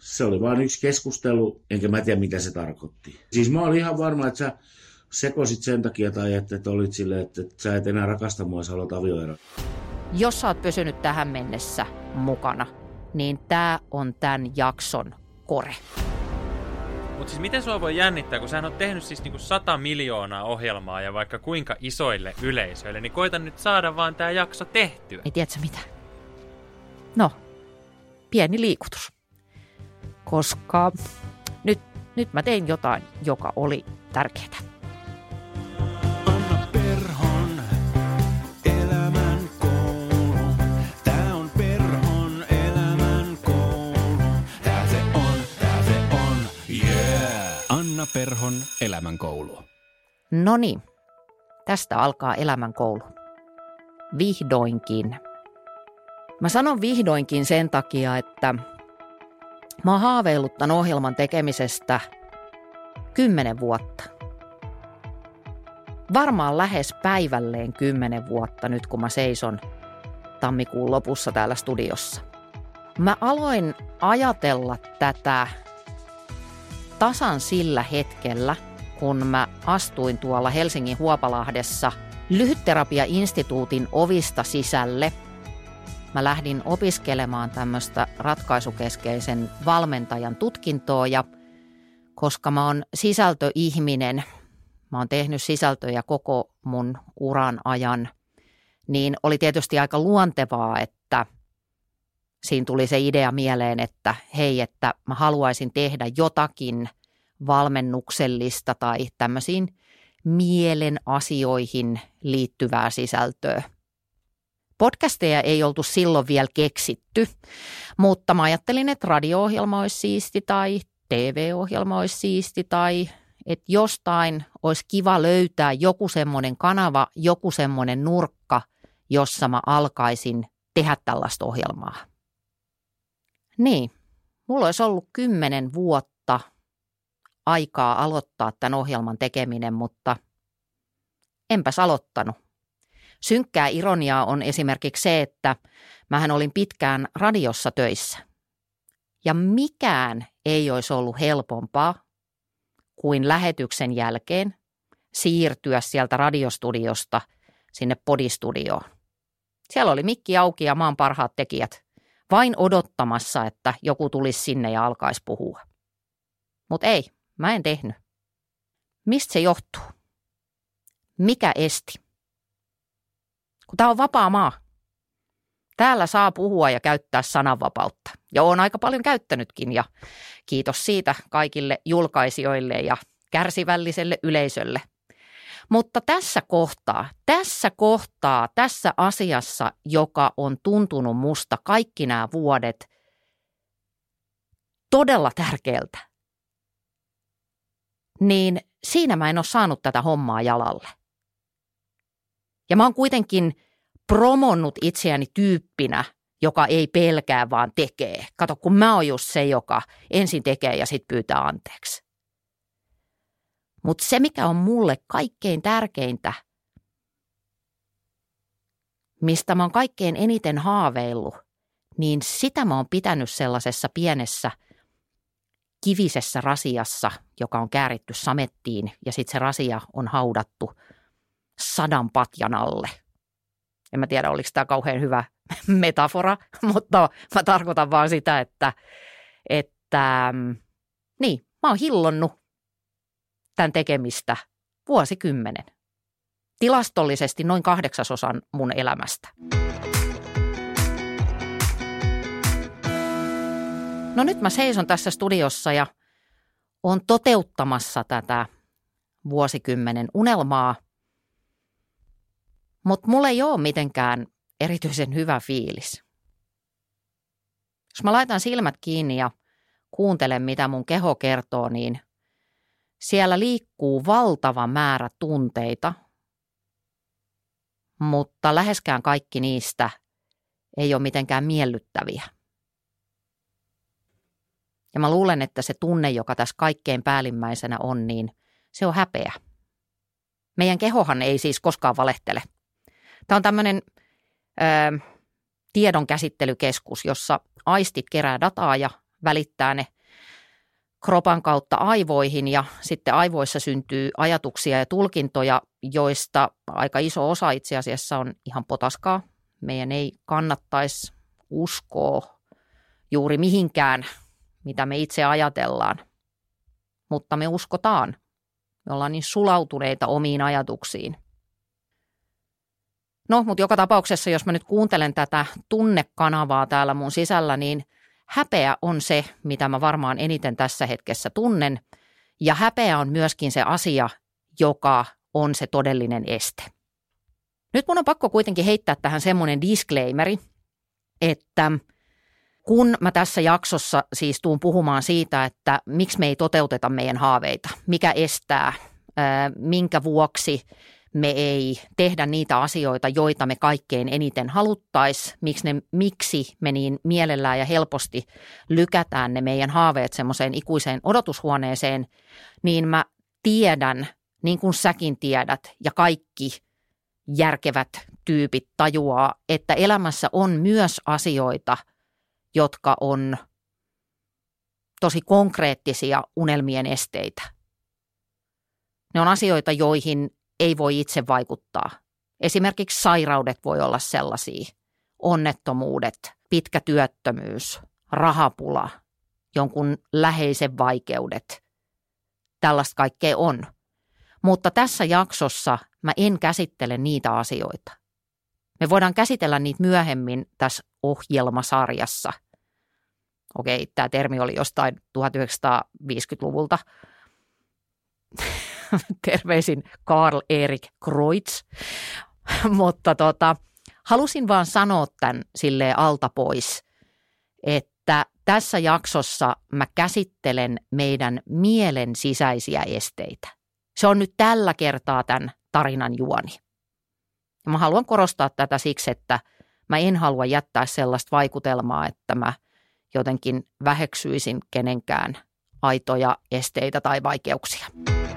Se oli vain yksi keskustelu, enkä mä tiedä mitä se tarkoitti. Siis mä olin ihan varma, että sä sekoisit sen takia tai että olit silleen, että sä et enää rakasta mua, sä haluat avioeron. Jos sä oot pysynyt tähän mennessä mukana, niin tää on tämän jakson kore. Mutta siis miten sua voi jännittää, kun sä oot tehnyt siis niinku 100 miljoonaa ohjelmaa ja vaikka kuinka isoille yleisöille, niin koita nyt saada vaan tää jakso tehtyä. Ei tiedätkö mitä? No, pieni liikutus. Koska nyt mä tein jotain, joka oli tärkeää. Anna Perhon elämän koulu. Tää on Perhon elämän koulu. Tää se on, yeah! Anna Perhon elämän koulu. Noniin, tästä alkaa elämän koulu. Vihdoinkin. Mä sanon vihdoinkin sen takia, että mä oon haaveillut tämän ohjelman tekemisestä 10 vuotta. Varmaan lähes päivälleen 10 vuotta nyt, kun mä seison tammikuun lopussa täällä studiossa. Mä aloin ajatella tätä tasan sillä hetkellä, kun mä astuin tuolla Helsingin Huopalahdessa Lyhytterapia-instituutin ovista sisälle. Mä lähdin opiskelemaan tämmöistä ratkaisukeskeisen valmentajan tutkintoa ja koska mä oon sisältöihminen, mä oon tehnyt sisältöjä koko mun uran ajan, niin oli tietysti aika luontevaa, että siinä tuli se idea mieleen, että hei, että mä haluaisin tehdä jotakin valmennuksellista tai tämmöisiin mielen asioihin liittyvää sisältöä. Podcasteja ei oltu silloin vielä keksitty, mutta mä ajattelin, että radio-ohjelma olisi siisti tai TV-ohjelma olisi siisti tai että jostain olisi kiva löytää joku semmoinen kanava, joku semmoinen nurkka, jossa mä alkaisin tehdä tällaista ohjelmaa. Niin, mulla olisi ollut 10 vuotta aikaa aloittaa tämän ohjelman tekeminen, mutta enpäs aloittanut. Synkkää ironiaa on esimerkiksi se, että mähän olin pitkään radiossa töissä. Ja mikään ei olisi ollut helpompaa kuin lähetyksen jälkeen siirtyä sieltä radiostudiosta sinne podistudioon. Siellä oli mikki auki ja maan parhaat tekijät vain odottamassa, että joku tulisi sinne ja alkaisi puhua. Mutta ei, mä en tehnyt. Mistä se johtuu? Mikä esti? Kun tää on vapaa maa. Täällä saa puhua ja käyttää sananvapautta. Ja oon aika paljon käyttänytkin ja kiitos siitä kaikille julkaisijoille ja kärsivälliselle yleisölle. Mutta tässä asiassa, joka on tuntunut musta kaikki nämä vuodet todella tärkeältä, niin siinä mä en ole saanut tätä hommaa jalalle. Ja mä oon kuitenkin promonnut itseäni tyyppinä, joka ei pelkää vaan tekee. Kato, kun mä oon just se, joka ensin tekee ja sit pyytää anteeksi. Mutta se, mikä on mulle kaikkein tärkeintä, mistä mä oon kaikkein eniten haaveillut, niin sitä mä oon pitänyt sellaisessa pienessä kivisessä rasiassa, joka on kääritty samettiin ja sitten se rasia on haudattu 100 patjan alle. En mä tiedä, oliko tämä kauhean hyvä metafora, mutta mä tarkoitan vaan sitä, että niin, mä oon hillonnut tämän tekemistä vuosikymmenen. Tilastollisesti noin 8% mun elämästä. No nyt mä seison tässä studiossa ja oon toteuttamassa tätä vuosikymmenen unelmaa, mutta mulla ei ole mitenkään erityisen hyvä fiilis. Jos mä laitan silmät kiinni ja kuuntelen, mitä mun keho kertoo, niin siellä liikkuu valtava määrä tunteita, mutta läheskään kaikki niistä ei ole mitenkään miellyttäviä. Ja mä luulen, että se tunne, joka tässä kaikkein päällimmäisenä on, niin se on häpeä. Meidän kehohan ei siis koskaan valehtele. Tämä on tämmöinen tiedon käsittelykeskus, jossa aistit kerää dataa ja välittää ne kropan kautta aivoihin ja sitten aivoissa syntyy ajatuksia ja tulkintoja, joista aika iso osa itse asiassa on ihan potaskaa. Meidän ei kannattaisi uskoa juuri mihinkään, mitä me itse ajatellaan, mutta me uskotaan. Me ollaan niin sulautuneita omiin ajatuksiin. No, mutta joka tapauksessa, jos mä nyt kuuntelen tätä tunnekanavaa täällä mun sisällä, niin häpeä on se, mitä mä varmaan eniten tässä hetkessä tunnen. Ja häpeä on myöskin se asia, joka on se todellinen este. Nyt mun on pakko kuitenkin heittää tähän semmoinen disclaimeri, että kun mä tässä jaksossa siis tuun puhumaan siitä, että miksi me ei toteuteta meidän haaveita, mikä estää, minkä vuoksi me ei tehdä niitä asioita, joita me kaikkein eniten haluttaisiin, miksi me niin mielellään ja helposti lykätään ne meidän haaveet semmoiseen ikuiseen odotushuoneeseen, niin mä tiedän, niin kuin säkin tiedät ja kaikki järkevät tyypit tajuaa, että elämässä on myös asioita, jotka on tosi konkreettisia unelmien esteitä. Ne on asioita, joihin ei voi itse vaikuttaa. Esimerkiksi sairaudet voi olla sellaisia, onnettomuudet, pitkä työttömyys, rahapula, jonkun läheisen vaikeudet. Tällaista kaikkea on. Mutta tässä jaksossa mä en käsittele niitä asioita. Me voidaan käsitellä niitä myöhemmin tässä ohjelmasarjassa. Okei, tämä termi oli jostain 1950-luvulta. Terveisin Karl Erik Kreutz. Mutta halusin vaan sanoa tämän silleen alta pois, että tässä jaksossa mä käsittelen meidän mielen sisäisiä esteitä. Se on nyt tällä kertaa tämän tarinan juoni. Ja mä haluan korostaa tätä siksi, että mä en halua jättää sellaista vaikutelmaa, että mä jotenkin väheksyisin kenenkään aitoja esteitä tai vaikeuksia.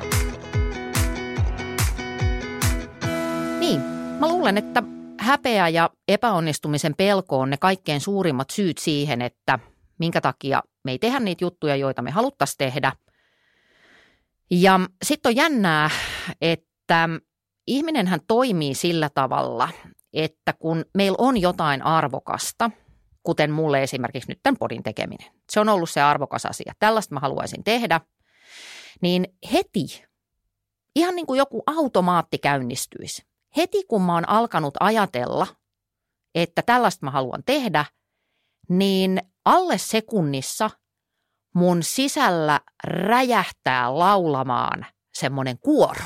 Niin, mä luulen, että häpeä ja epäonnistumisen pelko on ne kaikkein suurimmat syyt siihen, että minkä takia me ei tehdä niitä juttuja, joita me haluttaisiin tehdä. Ja sitten on jännää, että ihminenhän toimii sillä tavalla, että kun meillä on jotain arvokasta, kuten mulle esimerkiksi nyt tämän podin tekeminen, se on ollut se arvokas asia, tällaista mä haluaisin tehdä, niin heti, ihan niin kuin joku automaatti käynnistyisi. Heti kun mä oon alkanut ajatella, että tällaista mä haluan tehdä, niin alle sekunnissa mun sisällä räjähtää laulamaan semmoinen kuoro.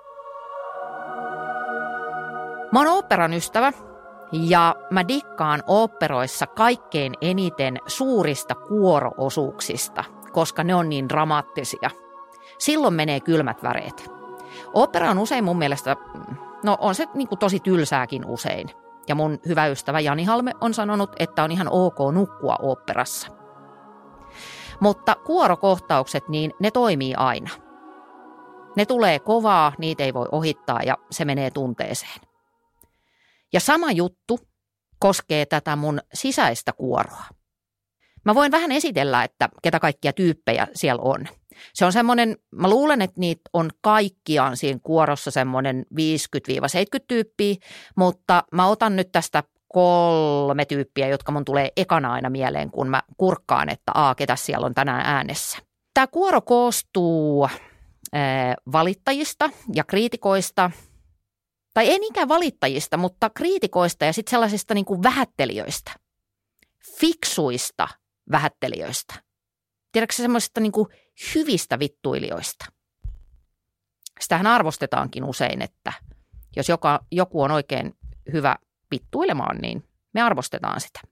Mä oon oopperan ystävä ja mä dikkaan oopperoissa kaikkein eniten suurista kuoro-osuuksista, koska ne on niin dramaattisia. Silloin menee kylmät väreet. Ooppera on usein mun mielestä, no on se niin kuin tosi tylsääkin usein. Ja mun hyvä ystävä Jani Halme on sanonut, että on ihan ok nukkua oopperassa. Mutta kuorokohtaukset, niin ne toimii aina. Ne tulee kovaa, niitä ei voi ohittaa ja se menee tunteeseen. Ja sama juttu koskee tätä mun sisäistä kuoroa. Mä voin vähän esitellä, että ketä kaikkia tyyppejä siellä on. Se on semmoinen, mä luulen, että niitä on kaikkiaan siinä kuorossa semmoinen 50-70 tyyppiä, mutta mä otan nyt tästä 3 tyyppiä, jotka mun tulee ekana aina mieleen, kun mä kurkkaan, että ketä siellä on tänään äänessä. Tämä kuoro koostuu valittajista ja kriitikoista, tai ei niinkään valittajista, mutta kriitikoista ja sitten sellaisista niin kuin vähättelijöistä, fiksuista vähättelijöistä. Tiedätkö semmoisista niin kuin hyvistä vittuilijoista? Sitähän arvostetaankin usein, että jos joku on oikein hyvä vittuilemaan, niin me arvostetaan sitä.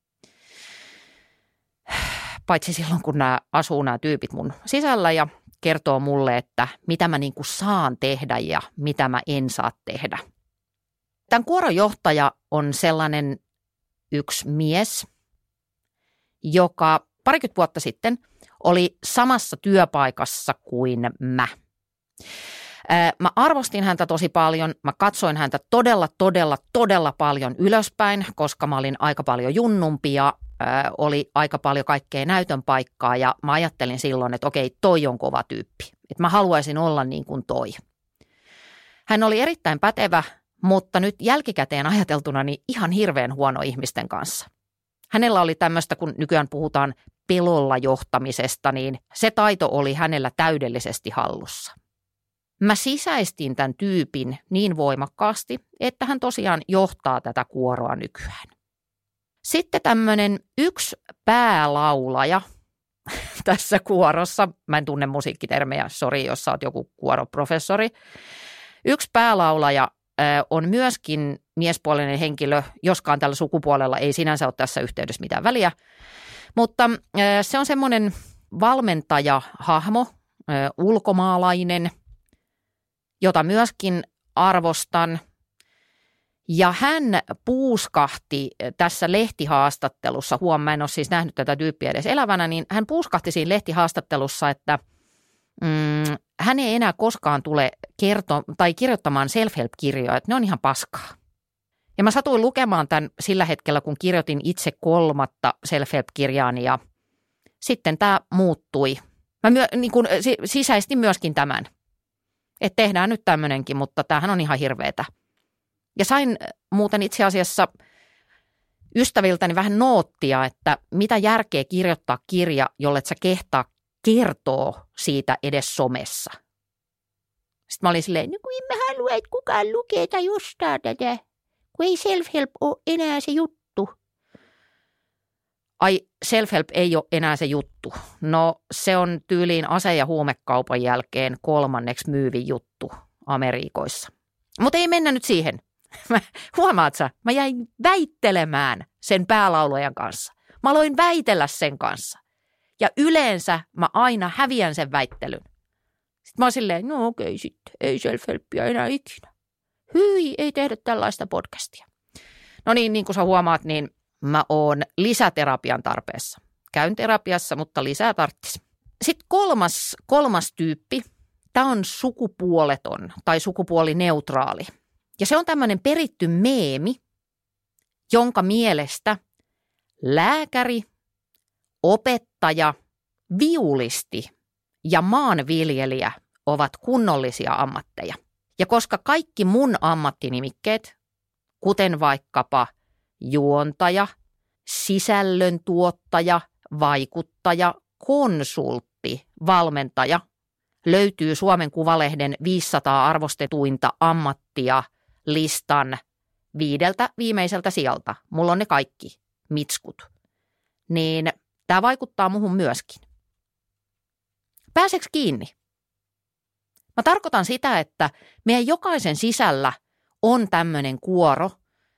Paitsi silloin, kun nämä tyypit mun sisällä ja kertoo mulle, että mitä mä niin kuin saan tehdä ja mitä mä en saa tehdä. Tämän kuorojohtaja on sellainen yksi mies, joka 20 vuotta sitten oli samassa työpaikassa kuin mä. Mä arvostin häntä tosi paljon, mä katsoin häntä todella paljon ylöspäin, koska mä olin aika paljon junnumpi ja oli aika paljon kaikkea näytön paikkaa ja mä ajattelin silloin, että okei, toi on kova tyyppi. Että mä haluaisin olla niin kuin toi. Hän oli erittäin pätevä, mutta nyt jälkikäteen ajateltuna niin ihan hirveän huono ihmisten kanssa. Hänellä oli tämmöistä, kun nykyään puhutaan pelolla johtamisesta, niin se taito oli hänellä täydellisesti hallussa. Mä sisäistin tämän tyypin niin voimakkaasti, että hän tosiaan johtaa tätä kuoroa nykyään. Sitten tämmöinen yksi päälaulaja tässä kuorossa, mä en tunne musiikkitermejä, sori jos sä oot joku kuoroprofessori. Yksi päälaulaja on myöskin miespuolinen henkilö, joskaan tällä sukupuolella ei sinänsä ole tässä yhteydessä mitään väliä, mutta se on semmoinen valmentajahahmo, ulkomaalainen, jota myöskin arvostan. Ja hän puuskahti tässä lehtihaastattelussa, mä en ole siis nähnyt tätä tyyppiä edes elävänä, niin hän puuskahti siinä lehtihaastattelussa, että hän ei enää koskaan tule kirjoittamaan self-help-kirjoja, että ne on ihan paskaa. Ja mä satuin lukemaan tämän sillä hetkellä, kun kirjoitin itse 3. self-help-kirjaani ja sitten tämä muuttui. Mä sisäistin myöskin tämän, että tehdään nyt tämmöinenkin, mutta tämähän on ihan hirveetä. Ja sain muuten itse asiassa ystäviltäni vähän noottia, että mitä järkeä kirjoittaa kirja, jolle et sä kehtaa kertoo siitä edes somessa. Sitten mä olin silleen, no kun en mä halua, että kukaan lukee tai ostaa tätä, kun ei self-help ole enää se juttu. Ai, self-help ei ole enää se juttu. No, se on tyyliin ase- ja huumekaupan jälkeen 3. myyvin juttu Amerikoissa. Mutta ei mennä nyt siihen. Huomaat sä, mä jäin väittelemään sen päälaulajan kanssa. Mä aloin väitellä sen kanssa. Ja yleensä mä aina häviän sen väittelyn. Sitten mä oon silleen, no okei sitten, ei self-helppiä enää ikinä. Hyi, ei tehdä tällaista podcastia. No niin kuin sä huomaat, niin mä oon lisäterapian tarpeessa. Käyn terapiassa, mutta lisää tarttis. Sitten kolmas tyyppi, tää on sukupuoleton tai sukupuolineutraali. Ja se on tämmöinen peritty meemi, jonka mielestä lääkäri, opettaja, viulisti ja maanviljelijä ovat kunnollisia ammatteja. Ja koska kaikki mun ammattinimikkeet, kuten vaikkapa juontaja, sisällöntuottaja, vaikuttaja, konsultti, valmentaja, löytyy Suomen Kuvalehden 500 arvostetuinta ammattia listan 5 viimeiseltä sijalta. Mulla on ne kaikki mitskut. Niin tämä vaikuttaa muhun myöskin. Pääseekö kiinni? Mä tarkoitan sitä, että meidän jokaisen sisällä on tämmöinen kuoro,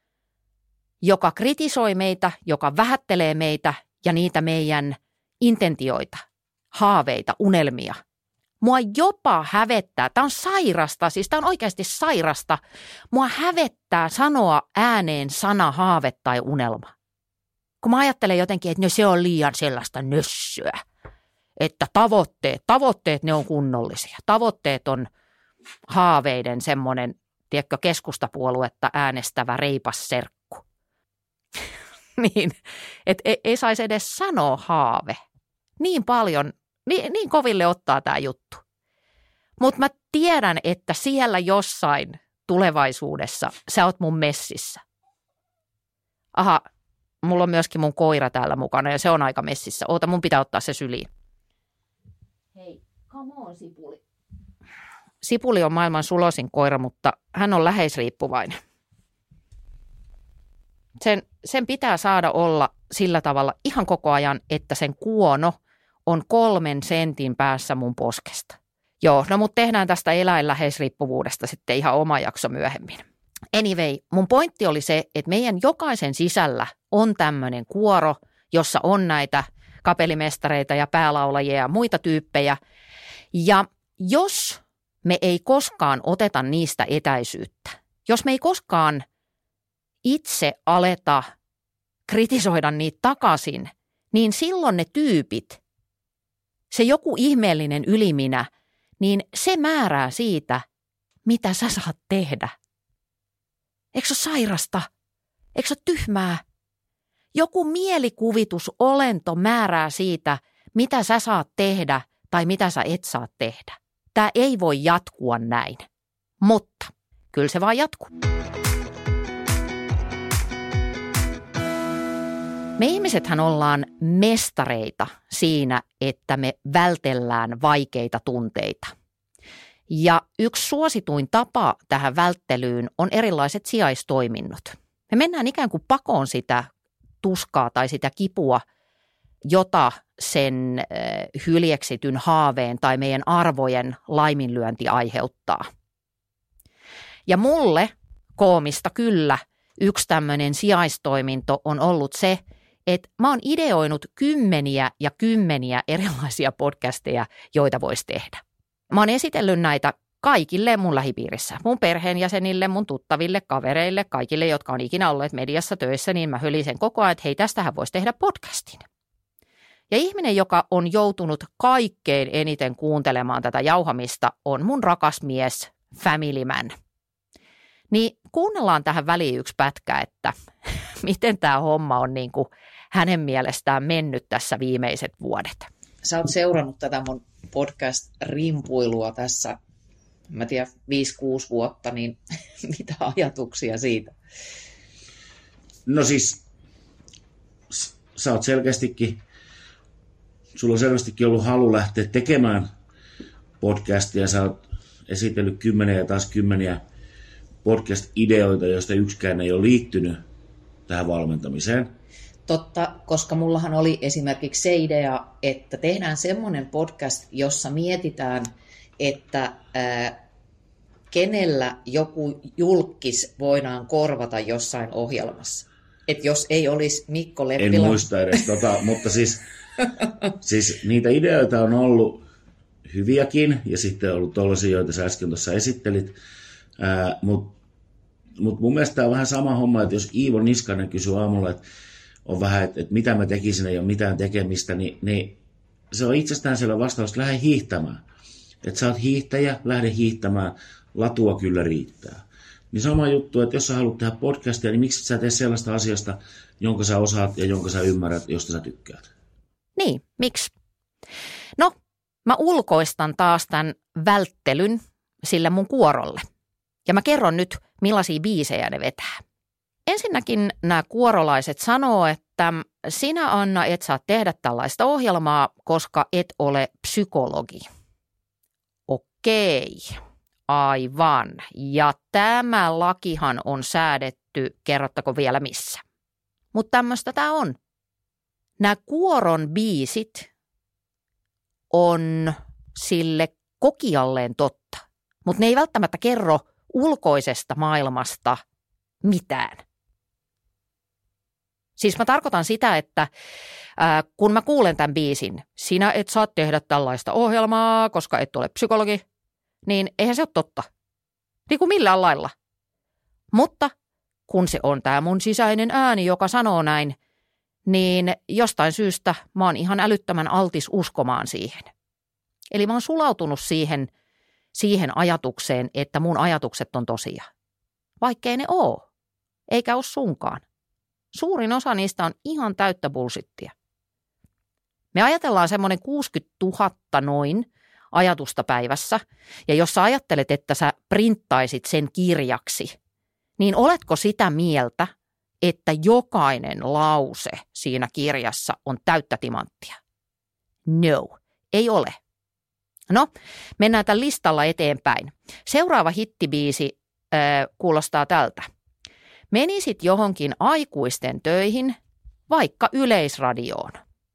joka kritisoi meitä, joka vähättelee meitä ja niitä meidän intentioita, haaveita, unelmia. Mua jopa hävettää, tämä on sairasta, siis tämä on oikeasti sairasta, mua hävettää sanoa ääneen sana, haave tai unelma. Kun mä ajattelen jotenkin, että no se on liian sellaista nössöä, että tavoitteet ne on kunnollisia. Tavoitteet on haaveiden semmoinen, tiedätkö, keskustapuoluetta äänestävä reipas serkku. Niin, että ei saisi edes sanoa haave. Niin paljon, niin koville ottaa tämä juttu. Mutta mä tiedän, että siellä jossain tulevaisuudessa sä oot mun messissä. Aha, mulla on myöskin mun koira täällä mukana ja se on aika messissä. Oota, mun pitää ottaa se syliin. Hei, come on Sipuli. Sipuli on maailman sulosin koira, mutta hän on läheisriippuvainen. Sen pitää saada olla sillä tavalla ihan koko ajan, että sen kuono on 3 sentin päässä mun poskesta. Joo, no mutta tehdään tästä eläinläheisriippuvuudesta sitten ihan oma jakso myöhemmin. Anyway, mun pointti oli se, että meidän jokaisen sisällä on tämmöinen kuoro, jossa on näitä kapellimestareita ja päälaulajia ja muita tyyppejä. Ja jos me ei koskaan oteta niistä etäisyyttä, jos me ei koskaan itse aleta kritisoida niitä takaisin, niin silloin ne tyypit, se joku ihmeellinen yliminä, niin se määrää siitä, mitä sä saat tehdä. Eikö se ole sairasta? Eikö se ole tyhmää? Joku mielikuvitusolento määrää siitä, mitä sä saat tehdä tai mitä sä et saa tehdä. Tämä ei voi jatkua näin, mutta kyllä se vaan jatkuu. Me ihmisethän ollaan mestareita siinä, että me vältellään vaikeita tunteita. Ja yksi suosituin tapa tähän välttelyyn on erilaiset sijaistoiminnot. Me mennään ikään kuin pakoon sitä tuskaa tai sitä kipua, jota sen hyljeksityn haaveen tai meidän arvojen laiminlyönti aiheuttaa. Ja mulle koomista kyllä yksi tämmöinen sijaistoiminto on ollut se, että mä oon ideoinut kymmeniä ja kymmeniä erilaisia podcasteja, joita voisi tehdä. Mä oon esitellyt näitä kaikille mun lähipiirissä, mun perheenjäsenille, mun tuttaville, kavereille, kaikille, jotka on ikinä olleet mediassa töissä, niin mä hölisen koko ajan, että hei, tästähän voisi tehdä podcastin. Ja ihminen, joka on joutunut kaikkein eniten kuuntelemaan tätä jauhamista, on mun rakas mies, Family Man. Niin kuunnellaan tähän väliin yksi pätkä, että miten tämä homma on niin kuin hänen mielestään mennyt tässä viimeiset vuodet. Sä oot seurannut tätä mun podcast-rimpuilua tässä, mä tiedän, 5-6 vuotta, niin mitä ajatuksia siitä? No siis, sä oot sulla on selvästikin ollut halu lähteä tekemään podcastia. Sä oot esitellyt kymmeniä ja taas kymmeniä podcast-ideoita, joista yksikään ei ole liittynyt tähän valmentamiseen. Totta, koska mullahan oli esimerkiksi se idea, että tehdään semmoinen podcast, jossa mietitään, että kenellä joku julkkis voidaan korvata jossain ohjelmassa. Että jos ei olisi Mikko Leppilä... En muista edes mutta siis niitä ideoita on ollut hyviäkin, ja sitten on ollut tollaisia, joita sä äsken tuossa esittelit. Mutta mun mielestä tämä on vähän sama homma, että jos Iivo Niskanen kysyy aamulla, että on vähän, että mitä mä tekisin, ei ole mitään tekemistä, niin se on itsestäänselvä vastaus, että lähde hiihtämään. Että sä oot hiihtäjä, lähde hiihtämään, latua kyllä riittää. Niin sama juttu, että jos sä haluat tehdä podcastia, niin miksi sä tee sellaista asiasta, jonka sä osaat ja jonka sä ymmärrät, josta sä tykkäät? Niin, miksi? No, mä ulkoistan taas tämän välttelyn sille mun kuorolle. Ja mä kerron nyt, millaisia biisejä ne vetää. Ensinnäkin nämä kuorolaiset sanoo, että sinä Anna et saa tehdä tällaista ohjelmaa, koska et ole psykologi. Okei, aivan. Ja tämä lakihan on säädetty, kerrottako vielä missä. Mutta tämmöistä tämä on. Nämä kuoron biisit on sille kokijalleen totta, mutta ne ei välttämättä kerro ulkoisesta maailmasta mitään. Siis mä tarkoitan sitä, että kun mä kuulen tämän biisin, sinä et saa tehdä tällaista ohjelmaa, koska et ole psykologi, niin eihän se ole totta. Niin kuin millään lailla. Mutta kun se on tämä mun sisäinen ääni, joka sanoo näin, niin jostain syystä mä oon ihan älyttömän altis uskomaan siihen. Eli mä oon sulautunut siihen ajatukseen, että mun ajatukset on tosia. Vaikkei ne oo, eikä ole sunkaan. Suurin osa niistä on ihan täyttä bullshittia. Me ajatellaan semmoinen 60 000 noin ajatusta päivässä, ja jos sä ajattelet, että sä printtaisit sen kirjaksi, niin oletko sitä mieltä, että jokainen lause siinä kirjassa on täyttä timanttia? No, ei ole. No, mennään tämän listalla eteenpäin. Seuraava hittibiisi kuulostaa tältä. Menisit johonkin aikuisten töihin, vaikka Yleisradioon.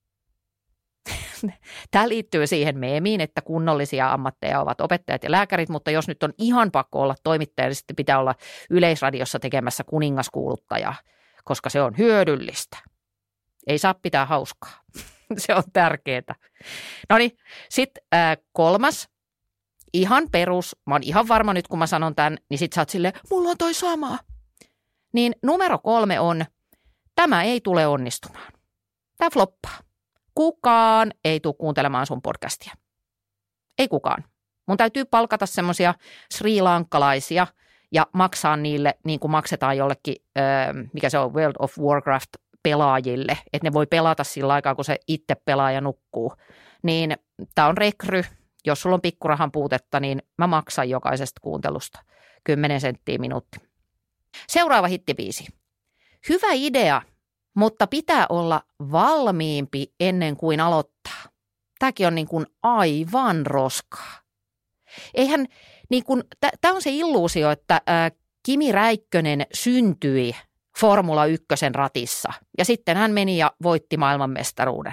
Tämä liittyy siihen meemiin, että kunnollisia ammatteja ovat opettajat ja lääkärit, mutta jos nyt on ihan pakko olla toimittaja, niin sitten pitää olla Yleisradiossa tekemässä kuningaskuuluttajaa, koska se on hyödyllistä. Ei saa pitää hauskaa. Se on tärkeää. No niin, sitten kolmas. Ihan perus. Mä oon ihan varma nyt, kun mä sanon tämän, niin sit sä oot silleen, mulla on toi sama. Niin numero 3 on, tämä ei tule onnistumaan. Tämä floppaa. Kukaan ei tule kuuntelemaan sun podcastia. Ei kukaan. Mun täytyy palkata semmoisia srilankkalaisia ja maksaa niille niin kuin maksetaan jollekin, mikä se on, World of Warcraft pelaajille, että ne voi pelata sillä aikaa, kun se itse pelaaja nukkuu. Niin tämä on rekry. Jos sulla on pikkurahan puutetta, niin mä maksan jokaisesta kuuntelusta 10 senttiä minuutti. Seuraava hittibiisi. Hyvä idea, mutta pitää olla valmiimpi ennen kuin aloittaa. Tämäkin on niin kuin aivan roskaa. Eihän niin kuin, tämä on se illuusio, että Kimi Räikkönen syntyi Formula 1 ratissa ja sitten hän meni ja voitti maailmanmestaruuden.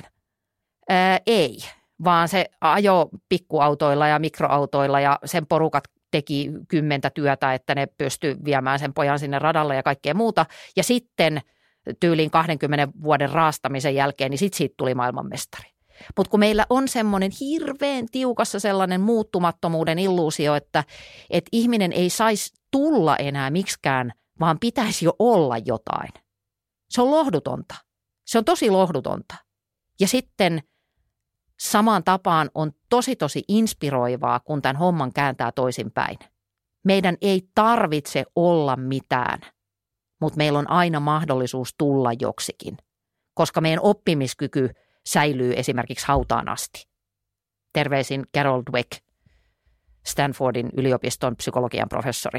Ei, vaan se ajoi pikkuautoilla ja mikroautoilla ja sen porukat teki 10 työtä, että ne pystyi viemään sen pojan sinne radalle ja kaikkea muuta. Ja sitten tyyliin 20 vuoden raastamisen jälkeen, niin sitten siitä tuli maailmanmestari. Mutta kun meillä on semmoinen hirveän tiukassa sellainen muuttumattomuuden illuusio, että ihminen ei saisi tulla enää miksikään, vaan pitäisi jo olla jotain. Se on lohdutonta. Se on tosi lohdutonta. Ja sitten samaan tapaan on tosi inspiroivaa, kun tämän homman kääntää toisinpäin. Meidän ei tarvitse olla mitään, mutta meillä on aina mahdollisuus tulla joksikin, koska meidän oppimiskyky säilyy esimerkiksi hautaan asti. Terveisin Carol Dweck, Stanfordin yliopiston psykologian professori.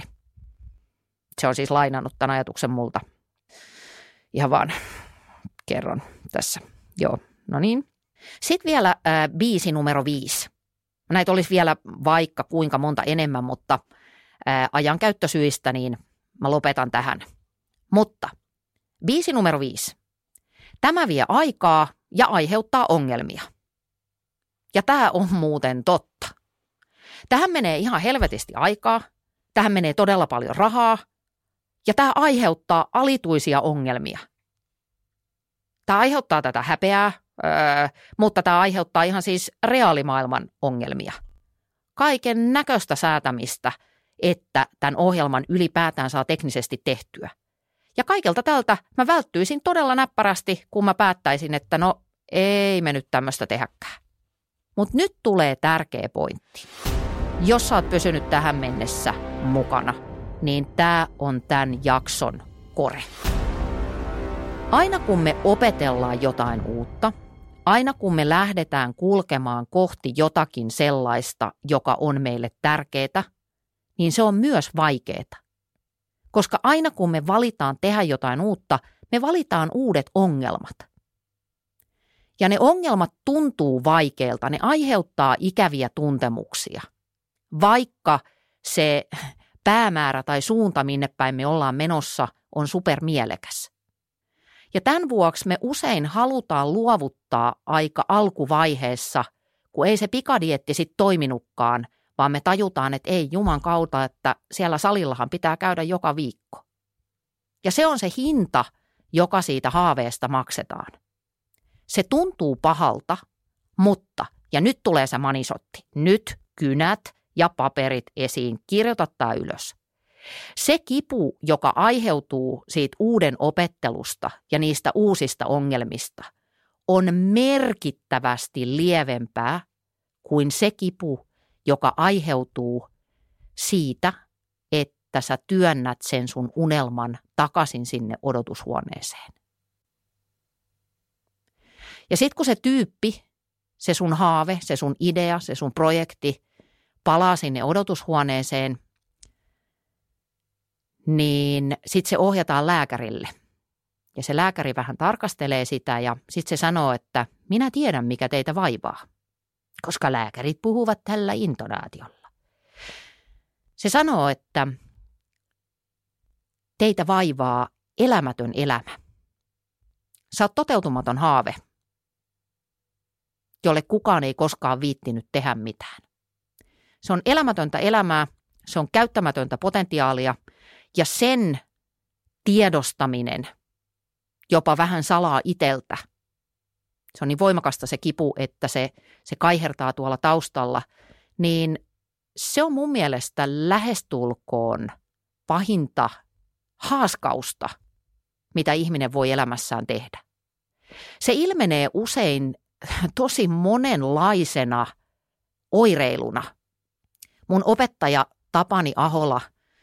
Se on siis lainannut tämän ajatuksen multa. Ihan vaan kerron tässä. Joo, no niin. Sitten vielä biisi numero 5. Näitä olisi vielä vaikka kuinka monta enemmän, mutta ajankäyttösyistä niin mä lopetan tähän. Mutta biisi numero 5. Tämä vie aikaa ja aiheuttaa ongelmia. Ja tämä on muuten totta. Tähän menee ihan helvetisti aikaa, tähän menee todella paljon rahaa ja tämä aiheuttaa alituisia ongelmia. Tämä aiheuttaa tätä häpeää, mutta tämä aiheuttaa ihan siis reaalimaailman ongelmia. Kaiken näköistä säätämistä, että tämän ohjelman ylipäätään saa teknisesti tehtyä. Ja kaikelta tältä mä välttyisin todella näppärästi, kun mä päättäisin, että no ei me nyt tämmöistä tehäkään. Mutta nyt tulee tärkeä pointti. Jos sä oot pysynyt tähän mennessä mukana, niin tää on tämän jakson kore. Aina kun me opetellaan jotain uutta, aina kun me lähdetään kulkemaan kohti jotakin sellaista, joka on meille tärkeää, niin se on myös vaikeaa. Koska aina kun me valitaan tehdä jotain uutta, me valitaan uudet ongelmat. Ja ne ongelmat tuntuu vaikeilta, ne aiheuttaa ikäviä tuntemuksia. Vaikka se päämäärä tai suunta, minne päin me ollaan menossa, on supermielekäs. Ja tämän vuoksi me usein halutaan luovuttaa aika alkuvaiheessa, kun ei se pikadieetti sitten toiminutkaan, vaan me tajutaan, että ei Juman kautta, että siellä salillahan pitää käydä joka viikko. Ja se on se hinta, joka siitä haaveesta maksetaan. Se tuntuu pahalta, mutta, ja nyt tulee se manisotti, nyt kynät ja paperit esiin, kirjoita tämä ylös. Se kipu, joka aiheutuu siitä uuden opettelusta ja niistä uusista ongelmista, on merkittävästi lievempää kuin se kipu, joka aiheutuu siitä, että sä työnnät sen sun unelman takaisin sinne odotushuoneeseen. Ja sitten kun se tyyppi, se sun haave, se sun idea, se sun projekti palaa sinne odotushuoneeseen, niin sitten se ohjataan lääkärille. Ja se lääkäri vähän tarkastelee sitä ja sitten se sanoo, että minä tiedän mikä teitä vaivaa, koska lääkärit puhuvat tällä intonaatiolla. Se sanoo, että teitä vaivaa elämätön elämä. Sä oot toteutumaton haave, jolle kukaan ei koskaan viittinyt tehdä mitään. Se on elämätöntä elämää, se on käyttämätöntä potentiaalia ja sen tiedostaminen jopa vähän salaa iteltä. Se on niin voimakasta se kipu, että se kaihertaa tuolla taustalla, niin se on mun mielestä lähestulkoon pahinta haaskausta, mitä ihminen voi elämässään tehdä. Se ilmenee usein tosi monenlaisena oireiluna. Mun opettaja Tapani Ahola,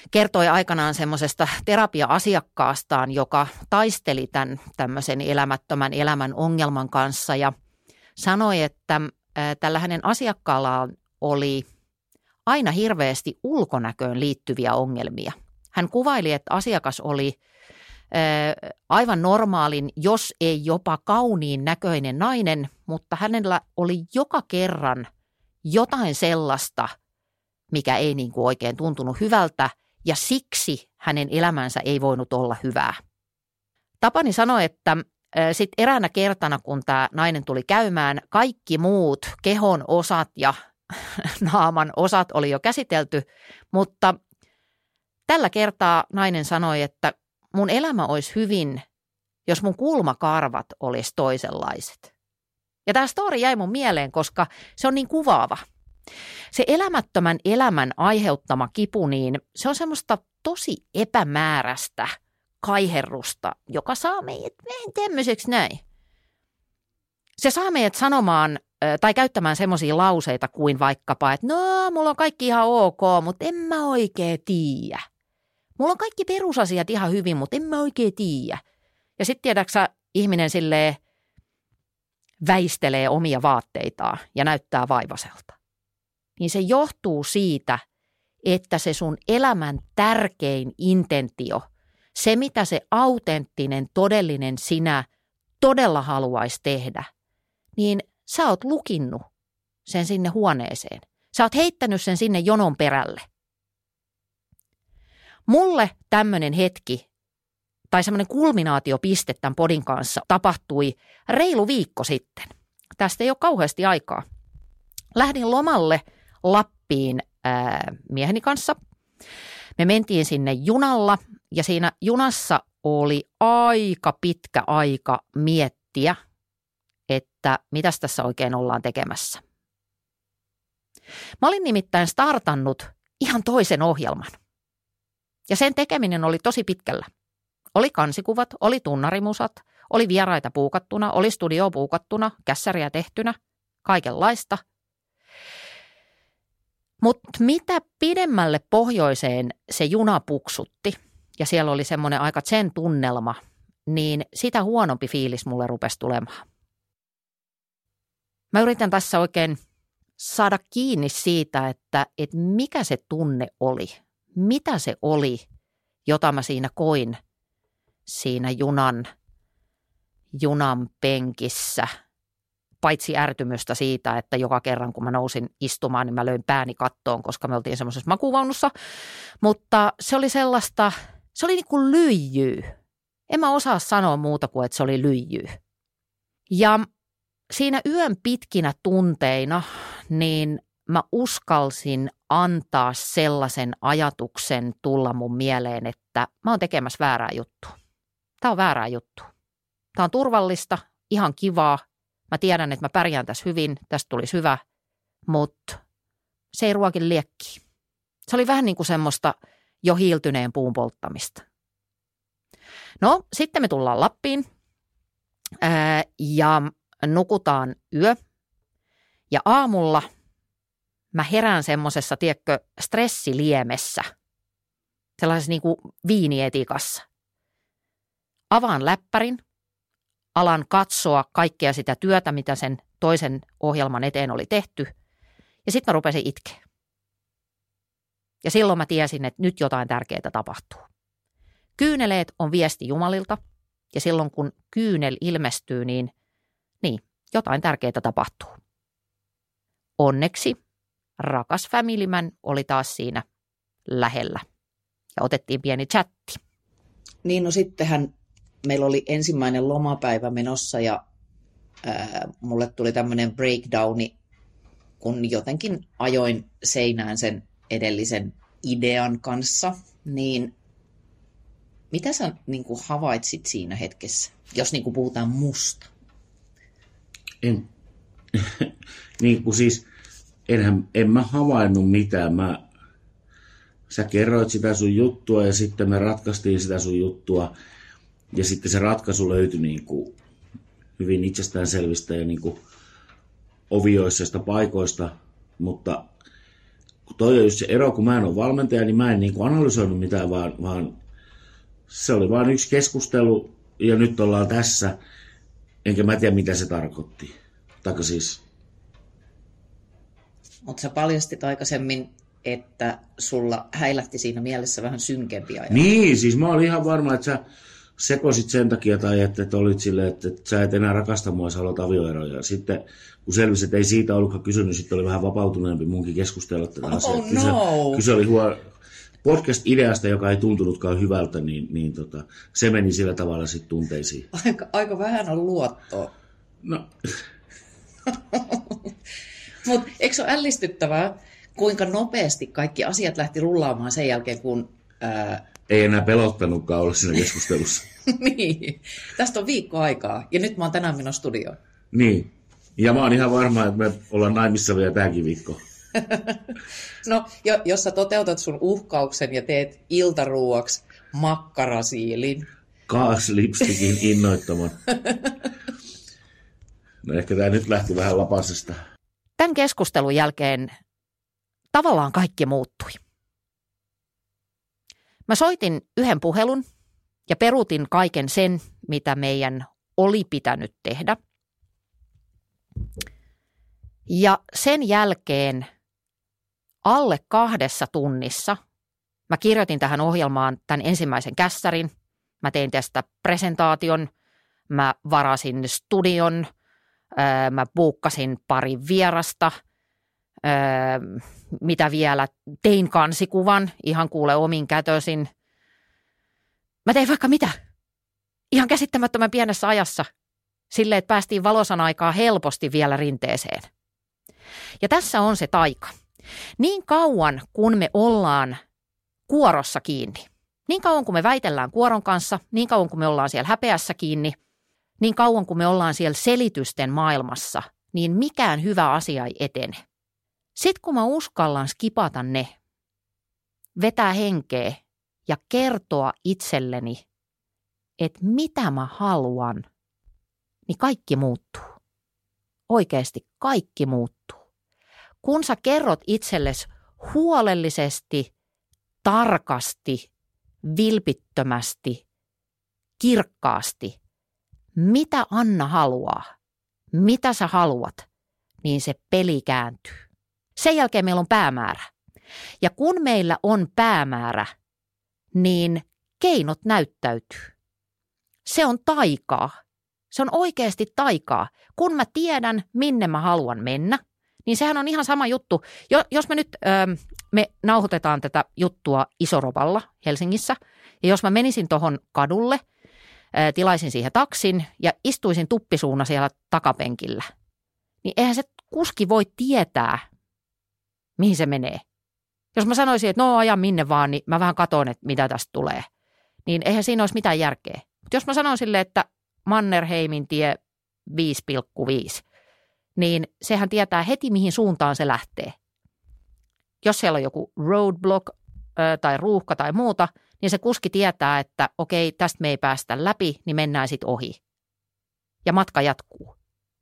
kertoi aikanaan semmoisesta terapia-asiakkaastaan, joka taisteli tämän tämmöisen elämättömän elämän ongelman kanssa ja sanoi, että tällä hänen asiakkaallaan oli aina hirveästi ulkonäköön liittyviä ongelmia. Hän kuvaili, että asiakas oli aivan normaalin, jos ei jopa kauniin näköinen nainen, mutta hänellä oli joka kerran jotain sellaista, mikä ei niin kuin oikein tuntunut hyvältä ja siksi hänen elämänsä ei voinut olla hyvää. Tapani sanoi, että sitten eräänä kertana, kun tämä nainen tuli käymään, kaikki muut kehon osat ja naaman osat oli jo käsitelty, mutta tällä kertaa nainen sanoi, että mun elämä olisi hyvin, jos mun kulmakarvat olisi toisenlaiset. Ja tämä story jäi mun mieleen, koska se on niin kuvaava. Se elämättömän elämän aiheuttama kipu, niin se on semmoista tosi epämääräistä kaiherrusta, joka saa meidät vähän tämmöiseksi näin. Se saa meidät sanomaan tai käyttämään semmoisia lauseita kuin vaikkapa, että no, mulla on kaikki ihan ok, mutta en mä oikein tiedä. Mulla on kaikki perusasiat ihan hyvin, mutta en mä oikein tiedä. Ja sitten tiedäksä, ihminen silleen väistelee omia vaatteitaan ja näyttää vaivaiselta. Niin se johtuu siitä, että se sun elämän tärkein intentio, se mitä se autenttinen, todellinen sinä todella haluaisi tehdä, niin sä oot lukinnut sen sinne huoneeseen. Sä oot heittänyt sen sinne jonon perälle. Mulle tämmöinen hetki tai semmoinen kulminaatiopiste tämän podin kanssa tapahtui reilu viikko sitten. Tästä ei ole kauheasti aikaa. Lähdin lomalle Lappiin mieheni kanssa. Me mentiin sinne junalla ja siinä junassa oli aika pitkä aika miettiä, että mitäs tässä oikein ollaan tekemässä. Mä olin nimittäin startannut ihan toisen ohjelman. Ja sen tekeminen oli tosi pitkällä. Oli kansikuvat, oli tunnarimusat, oli vieraita puukattuna, oli studio puukattuna, kässäriä tehtynä, kaikenlaista. Mutta mitä pidemmälle pohjoiseen se juna puksutti, ja siellä oli semmoinen aika zen tunnelma, niin sitä huonompi fiilis mulle rupesi tulemaan. Mä yritän tässä oikein saada kiinni siitä, että mikä se tunne oli. Mitä se oli, jota mä siinä koin siinä junan penkissä, paitsi ärtymystä siitä, että joka kerran kun mä nousin istumaan, niin mä löin pääni kattoon, koska me oltiin semmoisessa makuvaunussa, mutta se oli sellaista, se oli niin kuin lyijyy. En mä osaa sanoa muuta kuin, että se oli lyijyy. Ja siinä yön pitkinä tunteina, niin mä uskalsin antaa sellaisen ajatuksen tulla mun mieleen, että mä oon tekemässä väärää juttua. Tää on väärää juttua. Tää on turvallista, ihan kivaa. Mä tiedän, että mä pärjään tässä hyvin, tästä tulisi hyvä, mutta se ei ruokin liekkiä. Se oli vähän niin kuin semmoista jo hiiltyneen puun polttamista. No, sitten me tullaan Lappiin ja nukutaan yö ja aamulla mä herään semmoisessa, tiedätkö, stressiliemessä, sellaisessa niin kuin viinietikassa. Avaan läppärin, alan katsoa kaikkea sitä työtä, mitä sen toisen ohjelman eteen oli tehty, ja sitten mä rupesin itkeä. Ja silloin mä tiesin, että nyt jotain tärkeää tapahtuu. Kyyneleet on viesti Jumalilta, ja silloin kun kyynel ilmestyy, niin jotain tärkeää tapahtuu. Onneksi rakas family man oli taas siinä lähellä, ja otettiin pieni chatti. Niin, no sittenhän meillä oli ensimmäinen lomapäivä menossa ja mulle tuli tämmöinen breakdowni, kun jotenkin ajoin seinään sen edellisen idean kanssa, niin mitä sä niin kuin havaitsit siinä hetkessä, jos niin kuin puhutaan musta? Niin kuin siis, en mä havainnut mitään. Sä kerroit sitä sun juttua ja sitten me ratkaistiin sitä sun juttua. Ja sitten se ratkaisu löytyi niin kuin hyvin itsestäänselvistä ja niin kuin ovioisista paikoista. Mutta toi on just se ero, kun mä en ole valmentaja, niin mä en niin kuin analysoinut mitään, vaan se oli vaan yksi keskustelu ja nyt ollaan tässä. Enkä mä tiedä, mitä se tarkoitti. Taikka siis... Mutta sä paljastit aikaisemmin, että sulla häilähti siinä mielessä vähän synkempi ajatus. Niin, siis mä olin ihan varma, että sä sekoisit sen takia tai että olit silleen, että sä et enää rakasta mua, sä haluat avioeroja. Sitten kun selvisi, että ei siitä ollutkaan kysynyt, sitten oli vähän vapautuneempi munkin keskustella tätä asiaa. Kyse oli podcast-ideasta, joka ei tuntunutkaan hyvältä, niin se meni sillä tavalla sitten tunteisiin. Aika vähän on luottoa. No. Mutta eikö se ole ällistyttävää, kuinka nopeasti kaikki asiat lähti rullaamaan sen jälkeen, kun... Ei enää pelottanutkaan olla siinä keskustelussa. Niin. Tästä on viikko aikaa, ja nyt mä oon tänään menossa studioon. Niin. Ja mä oon ihan varma, että me ollaan naimissa vielä tämäkin viikko. No, jos sä toteutat sun uhkauksen ja teet iltaruuaksi makkarasiilin. Kaaslipstikin innoittaman. No ehkä tää nyt lähti vähän lapasesta. Tämän keskustelun jälkeen tavallaan kaikki muuttui. Mä soitin yhden puhelun ja peruutin kaiken sen, mitä meidän oli pitänyt tehdä. Ja sen jälkeen alle 2 tunnissa mä kirjoitin tähän ohjelmaan tämän ensimmäisen kässärin. Mä tein tästä presentaation, mä varasin studion, mä buukkasin pari vierasta, mitä vielä, tein kansikuvan, ihan kuule omin kätösin. Mä tein vaikka mitä, ihan käsittämättömän pienessä ajassa, silleen, että päästiin valosan aikaa helposti vielä rinteeseen. Ja tässä on se taika. Niin kauan, kun me ollaan kuorossa kiinni, niin kauan, kun me väitellään kuoron kanssa, niin kauan, kun me ollaan siellä häpeässä kiinni, niin kauan, kun me ollaan siellä selitysten maailmassa, niin mikään hyvä asia ei etene. Sitten kun mä uskallan skipata ne, vetää henkeä ja kertoa itselleni, että mitä mä haluan, niin kaikki muuttuu. Oikeasti kaikki muuttuu. Kun sä kerrot itsellesi huolellisesti, tarkasti, vilpittömästi, kirkkaasti, mitä Anna haluaa, mitä sä haluat, niin se peli kääntyy. Sen jälkeen meillä on päämäärä. Ja kun meillä on päämäärä, niin keinot näyttäytyy. Se on taikaa. Se on oikeasti taikaa. Kun mä tiedän, minne mä haluan mennä, niin sehän on ihan sama juttu. Jos me nyt me nauhoitetaan tätä juttua Isorovalla Helsingissä, ja jos mä menisin tuohon kadulle, tilaisin siihen taksin ja istuisin tuppisuuna siellä takapenkillä, niin eihän se kuski voi tietää, mihin se menee. Jos mä sanoisin, että no aja minne vaan, niin mä vähän katon, että mitä tästä tulee, niin eihän siinä olisi mitään järkeä. Mutta jos mä sanon sille, että Mannerheimin tie 5,5, niin sehän tietää heti, mihin suuntaan se lähtee. Jos siellä on joku roadblock tai ruuhka tai muuta, niin se kuski tietää, että okei, tästä me ei päästä läpi, niin mennään sitten ohi. Ja matka jatkuu.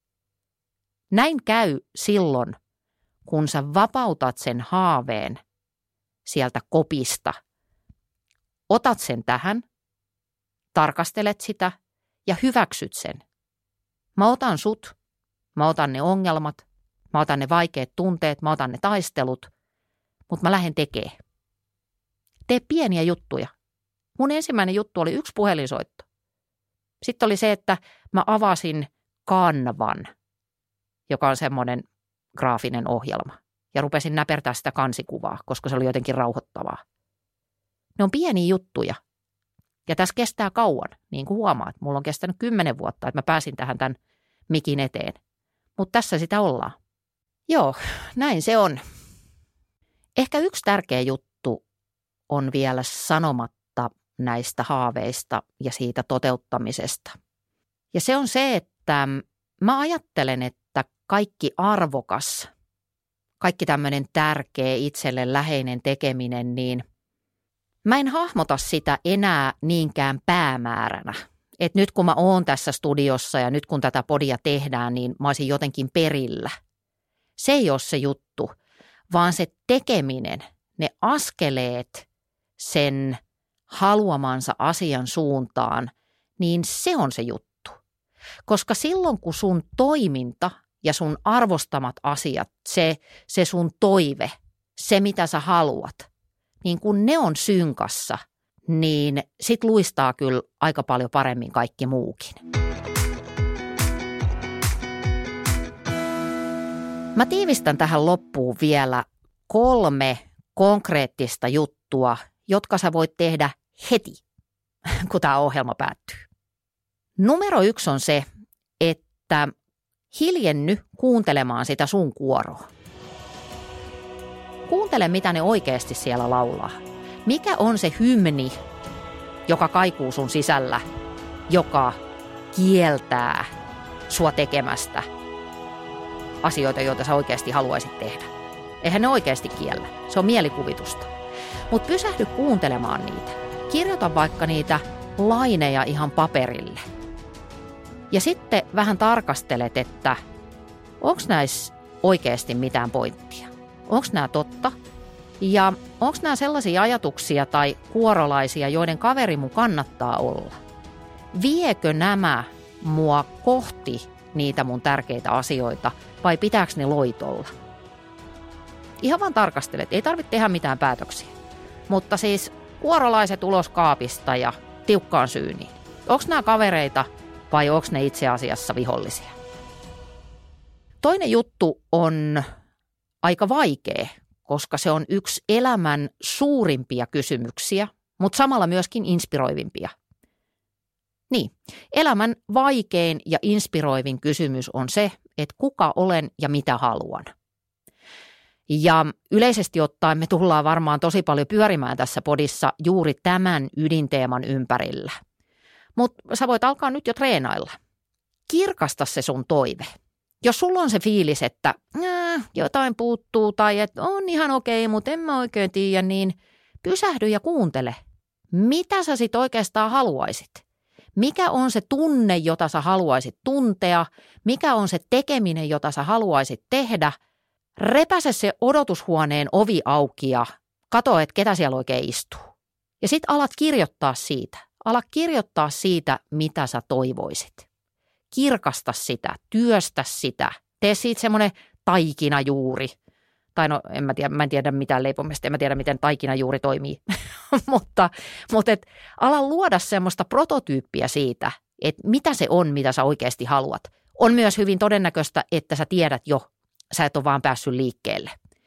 Näin käy silloin, kun sä vapautat sen haaveen sieltä kopista. Otat sen tähän, tarkastelet sitä ja hyväksyt sen. Mä otan sut, mä otan ne ongelmat, mä otan ne vaikeat tunteet, mä otan ne taistelut, mutta mä lähden tekemään. Tee pieniä juttuja. Mun ensimmäinen juttu oli 1 puhelinsoitto. Sitten oli se, että mä avasin Canvan, joka on semmoinen graafinen ohjelma. Ja rupesin näpertää sitä kansikuvaa, koska se oli jotenkin rauhoittavaa. Ne on pieniä juttuja. Ja tässä kestää kauan, niin kuin huomaat. Mulla on kestänyt 10 vuotta, että mä pääsin tähän tämän mikin eteen. Mutta tässä sitä ollaan. Joo, näin se on. Ehkä yksi tärkeä juttu on vielä sanomatta näistä haaveista ja siitä toteuttamisesta. Ja se on se, että mä ajattelen, että kaikki arvokas, kaikki tämmöinen tärkeä, itselle läheinen tekeminen, niin mä en hahmota sitä enää niinkään päämääränä. Että nyt kun mä oon tässä studiossa ja nyt kun tätä podia tehdään, niin mä olisin jotenkin perillä. Se ei ole se juttu, vaan se tekeminen, ne askeleet sen haluamansa asian suuntaan, niin se on se juttu. Koska silloin, kun sun toiminta ja sun arvostamat asiat, se sun toive, se mitä sä haluat, niin kun ne on synkassa, niin sit luistaa kyllä aika paljon paremmin kaikki muukin. Mä tiivistän tähän loppuun vielä 3 konkreettista juttua, jotka sä voit tehdä heti, kun tämä ohjelma päättyy. Numero 1 on se, että hiljenny kuuntelemaan sitä sun kuoroa. Kuuntele, mitä ne oikeasti siellä laulaa. Mikä on se hymni, joka kaikuu sun sisällä, joka kieltää sua tekemästä asioita, joita sä oikeasti haluaisit tehdä. Eihän ne oikeasti kiellä. Se on mielikuvitusta. Mutta pysähdy kuuntelemaan niitä. Kirjoita vaikka niitä laineja ihan paperille. Ja sitten vähän tarkastelet, että onko näissä oikeasti mitään pointtia? Onko nämä totta? Ja onko nämä sellaisia ajatuksia tai kuorolaisia, joiden kaveri mun kannattaa olla? Viekö nämä mua kohti niitä mun tärkeitä asioita vai pitääkö ne loitolla? Ihan vaan tarkastelet, ei tarvitse tehdä mitään päätöksiä. Mutta siis kuorolaiset ulos kaapista ja tiukkaan syyniin. Onko nämä kavereita vai onko ne itse asiassa vihollisia? Toinen juttu on aika vaikea, koska se on yksi elämän suurimpia kysymyksiä, mutta samalla myöskin inspiroivimpia. Niin, elämän vaikein ja inspiroivin kysymys on se, että kuka olen ja mitä haluan. Ja yleisesti ottaen me tullaan varmaan tosi paljon pyörimään tässä podissa juuri tämän ydinteeman ympärillä. Mutta sä voit alkaa nyt jo treenailla. Kirkasta se sun toive. Jos sulla on se fiilis, että jotain puuttuu tai että on ihan okei, mutta en mä oikein tiedä, niin pysähdy ja kuuntele. Mitä sä sit oikeastaan haluaisit? Mikä on se tunne, jota sä haluaisit tuntea? Mikä on se tekeminen, jota sä haluaisit tehdä? Repäse se odotushuoneen ovi auki ja katso, että ketä siellä oikein istuu. Ja sit alat kirjoittaa siitä. Ala kirjoittaa siitä, mitä sä toivoisit. Kirkasta sitä, työstä sitä. Tee siitä semmoinen taikinajuuri. Tai no, mä en tiedä mitään leipomista, en mä tiedä miten taikinajuuri toimii. mutta ala luoda semmoista prototyyppiä siitä, että mitä se on, mitä sä oikeasti haluat. On myös hyvin todennäköistä, että sä tiedät jo, sä et ole vaan päässyt liikkeelle.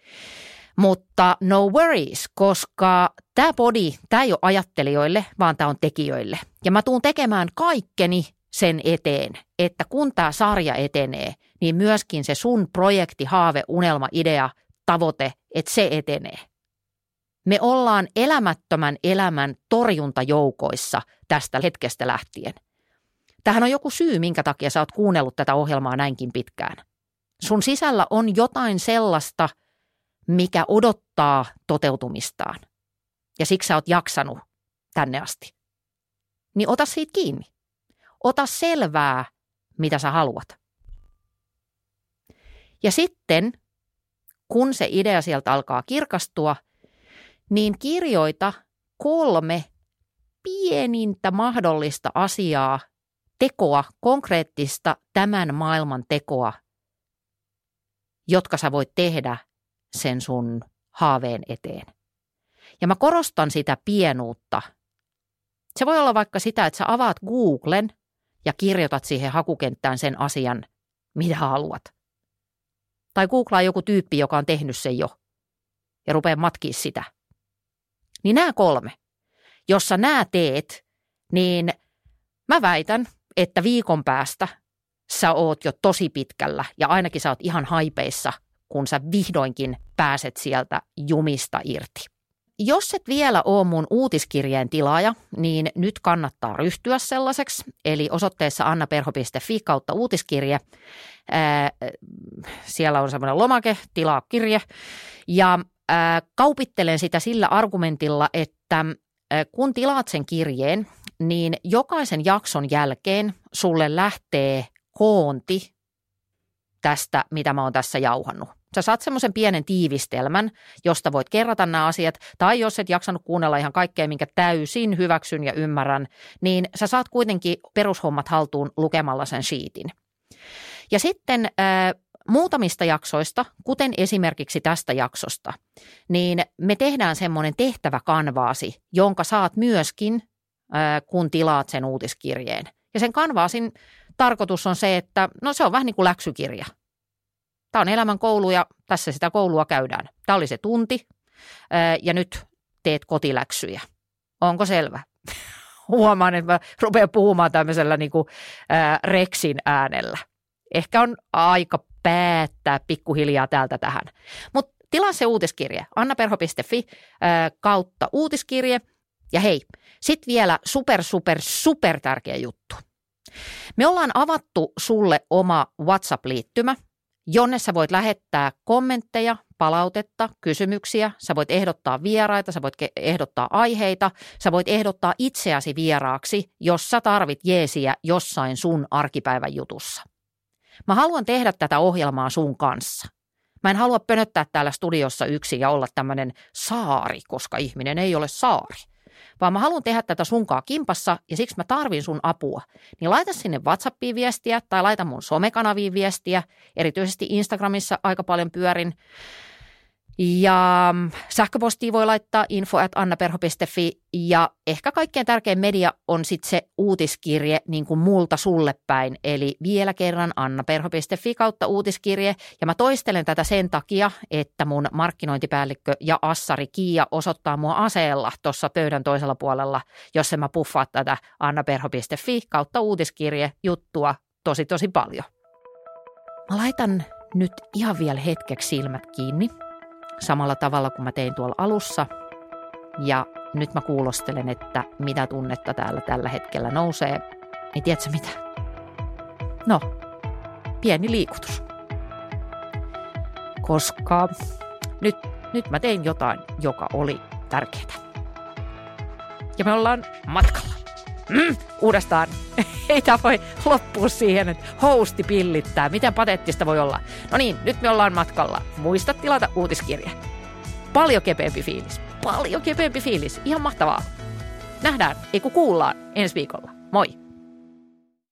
Mutta no worries, koska tämä podi, tämä ei ole ajattelijoille, vaan tämä on tekijöille. Ja mä tuun tekemään kaikkeni sen eteen, että kun tämä sarja etenee, niin myöskin se sun projekti, haave, unelma, idea, tavoite, että se etenee. Me ollaan elämättömän elämän torjuntajoukoissa tästä hetkestä lähtien. Tähän on joku syy, minkä takia sä oot kuunnellut tätä ohjelmaa näinkin pitkään. Sun sisällä on jotain sellaista, mikä odottaa toteutumistaan. Ja siksi sä oot jaksanut tänne asti. Niin ota siitä kiinni. Ota selvää, mitä sä haluat. Ja sitten, kun se idea sieltä alkaa kirkastua, niin kirjoita 3 pienintä mahdollista asiaa, tekoa, konkreettista tämän maailman tekoa, jotka sä voit tehdä sen sun haaveen eteen. Ja mä korostan sitä pienuutta. Se voi olla vaikka sitä, että sä avaat Googlen ja kirjoitat siihen hakukenttään sen asian, mitä haluat. Tai googlaa joku tyyppi, joka on tehnyt sen jo ja rupea matkia sitä. Niin nämä 3, jos sä nää teet, niin mä väitän, että viikon päästä sä oot jo tosi pitkällä ja ainakin sä oot ihan haipeissa, kun sä vihdoinkin pääset sieltä jumista irti. Jos et vielä ole mun uutiskirjeen tilaaja, niin nyt kannattaa ryhtyä sellaiseksi. Eli osoitteessa annaperho.fi/uutiskirje. Siellä on semmoinen lomake, tilaa kirje. Ja kaupittelen sitä sillä argumentilla, että kun tilaat sen kirjeen, niin jokaisen jakson jälkeen sulle lähtee koonti tästä, mitä mä oon tässä jauhannut. Sä saat semmoisen pienen tiivistelmän, josta voit kerrata nämä asiat, tai jos et jaksanut kuunnella ihan kaikkea, minkä täysin hyväksyn ja ymmärrän, niin sä saat kuitenkin perushommat haltuun lukemalla sen sheetin. Ja sitten muutamista jaksoista, kuten esimerkiksi tästä jaksosta, niin me tehdään semmoinen tehtäväkanvaasi, jonka saat myöskin, kun tilaat sen uutiskirjeen. Ja sen kanvaasin tarkoitus on se, että se on vähän niin kuin läksykirja. Tämä on elämän koulu ja tässä sitä koulua käydään. Tämä oli se tunti ja nyt teet kotiläksyjä. Onko selvä? Huomaan, että mä rupean puhumaan tämmöisellä niin kuin Rexin äänellä. Ehkä on aika päättää pikkuhiljaa täältä tähän. Mutta tilaa se uutiskirje, annaperho.fi kautta uutiskirje. Ja hei, sit vielä super tärkeä juttu. Me ollaan avattu sulle oma WhatsApp-liittymä, jonne sä voit lähettää kommentteja, palautetta, kysymyksiä, sä voit ehdottaa vieraita, sä voit ehdottaa aiheita, sä voit ehdottaa itseäsi vieraaksi, jos sä tarvit jeesiä jossain sun arkipäivän jutussa. Mä haluan tehdä tätä ohjelmaa sun kanssa. Mä en halua pönöttää täällä studiossa yksin ja olla tämmöinen saari, koska ihminen ei ole saari. Vaan mä haluan tehdä tätä sunkaan kimpassa ja siksi mä tarvin sun apua. Niin laita sinne WhatsAppiin viestiä tai laita mun somekanaviin viestiä. Erityisesti Instagramissa aika paljon pyörin. Ja sähköpostiin voi laittaa info@annaperho.fi ja ehkä kaikkein tärkein media on sitten se uutiskirje niin kuin multa sulle päin. Eli vielä kerran annaperho.fi kautta uutiskirje ja mä toistelen tätä sen takia, että mun markkinointipäällikkö ja assari Kiia osoittaa mua aseella tuossa pöydän toisella puolella, jos en mä puffaa tätä annaperho.fi kautta uutiskirje juttua tosi paljon. Mä laitan nyt ihan vielä hetkeksi silmät kiinni. Samalla tavalla kuin mä tein tuolla alussa. Ja nyt mä kuulostelen, että mitä tunnetta täällä tällä hetkellä nousee. Ei tiedätkö mitä? No, pieni liikutus. Koska nyt mä tein jotain, joka oli tärkeää. Ja me ollaan matkalla. Uudestaan. Ei tämä voi loppua siihen, että hosti pillittää. Miten pateettista voi olla? No niin, nyt me ollaan matkalla. Muista tilata uutiskirje. Paljon kepeämpi fiilis. Paljon kepeämpi fiilis. Ihan mahtavaa. Nähdään, ei kun kuullaan ensi viikolla. Moi!